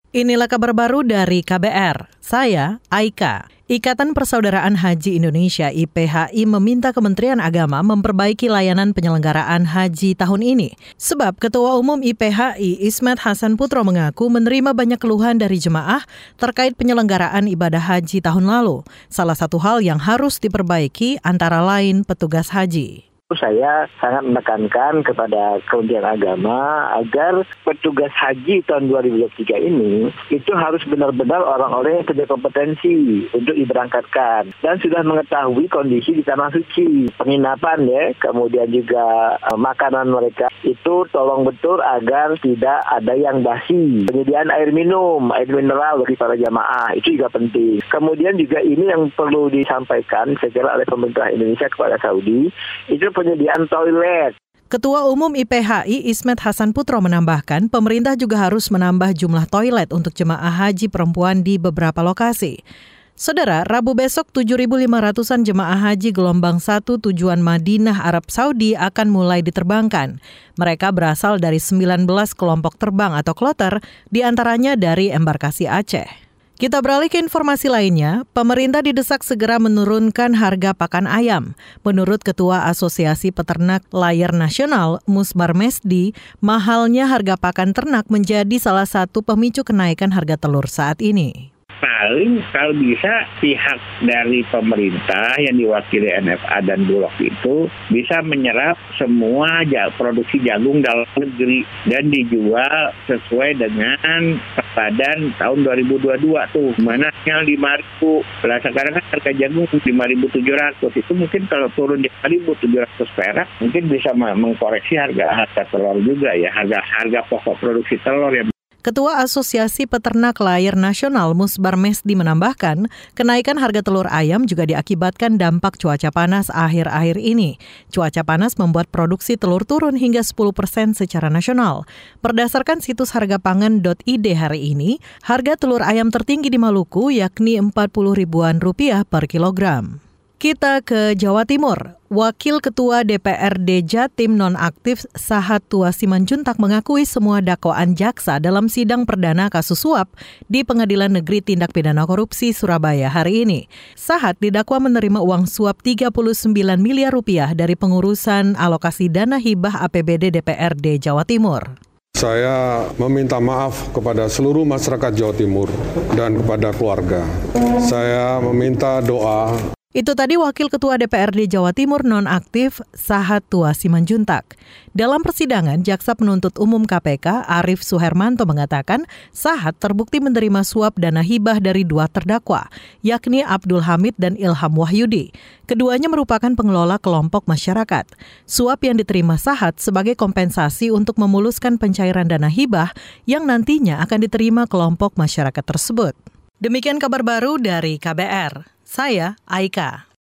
Inilah kabar baru dari KBR. Saya, Aika. Ikatan Persaudaraan Haji Indonesia (IPHI) meminta Kementerian Agama memperbaiki layanan penyelenggaraan haji tahun ini. Sebab Ketua Umum IPHI Ismet Hasan Putro mengaku menerima banyak keluhan dari jemaah terkait penyelenggaraan ibadah haji tahun lalu. Salah satu hal yang harus diperbaiki antara lain petugas haji. Saya sangat menekankan kepada Kementerian Agama agar petugas haji tahun 2023 ini itu harus benar-benar orang-orang yang punya kompetensi untuk diberangkatkan dan sudah mengetahui kondisi di tanah suci, penginapan ya, kemudian juga makanan mereka itu tolong betul agar tidak ada yang basi. Penyediaan air minum, air mineral bagi para jamaah itu juga penting. Kemudian juga ini yang perlu disampaikan saya kira oleh pemerintah Indonesia kepada Saudi itu penyediaan toilet. Ketua Umum IPHI Ismet Hasan Putro menambahkan pemerintah juga harus menambah jumlah toilet untuk jemaah haji perempuan di beberapa lokasi. Saudara, Rabu besok 7.500-an jemaah haji gelombang 1 tujuan Madinah, Arab Saudi akan mulai diterbangkan. Mereka berasal dari 19 kelompok terbang atau kloter, diantaranya dari embarkasi Aceh. Kita beralih ke informasi lainnya, pemerintah didesak segera menurunkan harga pakan ayam. Menurut Ketua Asosiasi Peternak Layar Nasional, Musbar Mesdi, mahalnya harga pakan ternak menjadi salah satu pemicu kenaikan harga telur saat ini. Paling kalau bisa pihak dari pemerintah yang diwakili NFA dan Bulog itu bisa menyerap semua produksi jagung dalam negeri dan dijual sesuai dengan perpadan tahun 2022 tuh. Mana yang 5.000. Lah sekarang kan harga jagung 5.700. Itu mungkin kalau turun di 5.700 perak mungkin bisa mengkoreksi harga telur juga ya, harga pokok produksi telur yang. Ketua Asosiasi Peternak Layar Nasional Musbar Mesdi menambahkan, kenaikan harga telur ayam juga diakibatkan dampak cuaca panas akhir-akhir ini. Cuaca panas membuat produksi telur turun hingga 10% secara nasional. Berdasarkan situs hargapangan.id hari ini, harga telur ayam tertinggi di Maluku yakni Rp40.000 per kilogram. Kita ke Jawa Timur. Wakil Ketua DPRD Jatim nonaktif Sahat Tua Simanjuntak mengakui semua dakwaan jaksa dalam sidang perdana kasus suap di Pengadilan Negeri Tindak Pidana Korupsi Surabaya hari ini. Sahat didakwa menerima uang suap Rp39 miliar dari pengurusan alokasi dana hibah APBD DPRD Jawa Timur. Saya meminta maaf kepada seluruh masyarakat Jawa Timur dan kepada keluarga. Saya meminta doa. Itu tadi Wakil Ketua DPRD Jawa Timur nonaktif Sahat Tua Simanjuntak. Dalam persidangan, Jaksa Penuntut Umum KPK Arief Suhermanto mengatakan Sahat terbukti menerima suap dana hibah dari dua terdakwa, yakni Abdul Hamid dan Ilham Wahyudi. Keduanya merupakan pengelola kelompok masyarakat. Suap yang diterima Sahat sebagai kompensasi untuk memuluskan pencairan dana hibah yang nantinya akan diterima kelompok masyarakat tersebut. Demikian kabar baru dari KBR. Saya, Aika.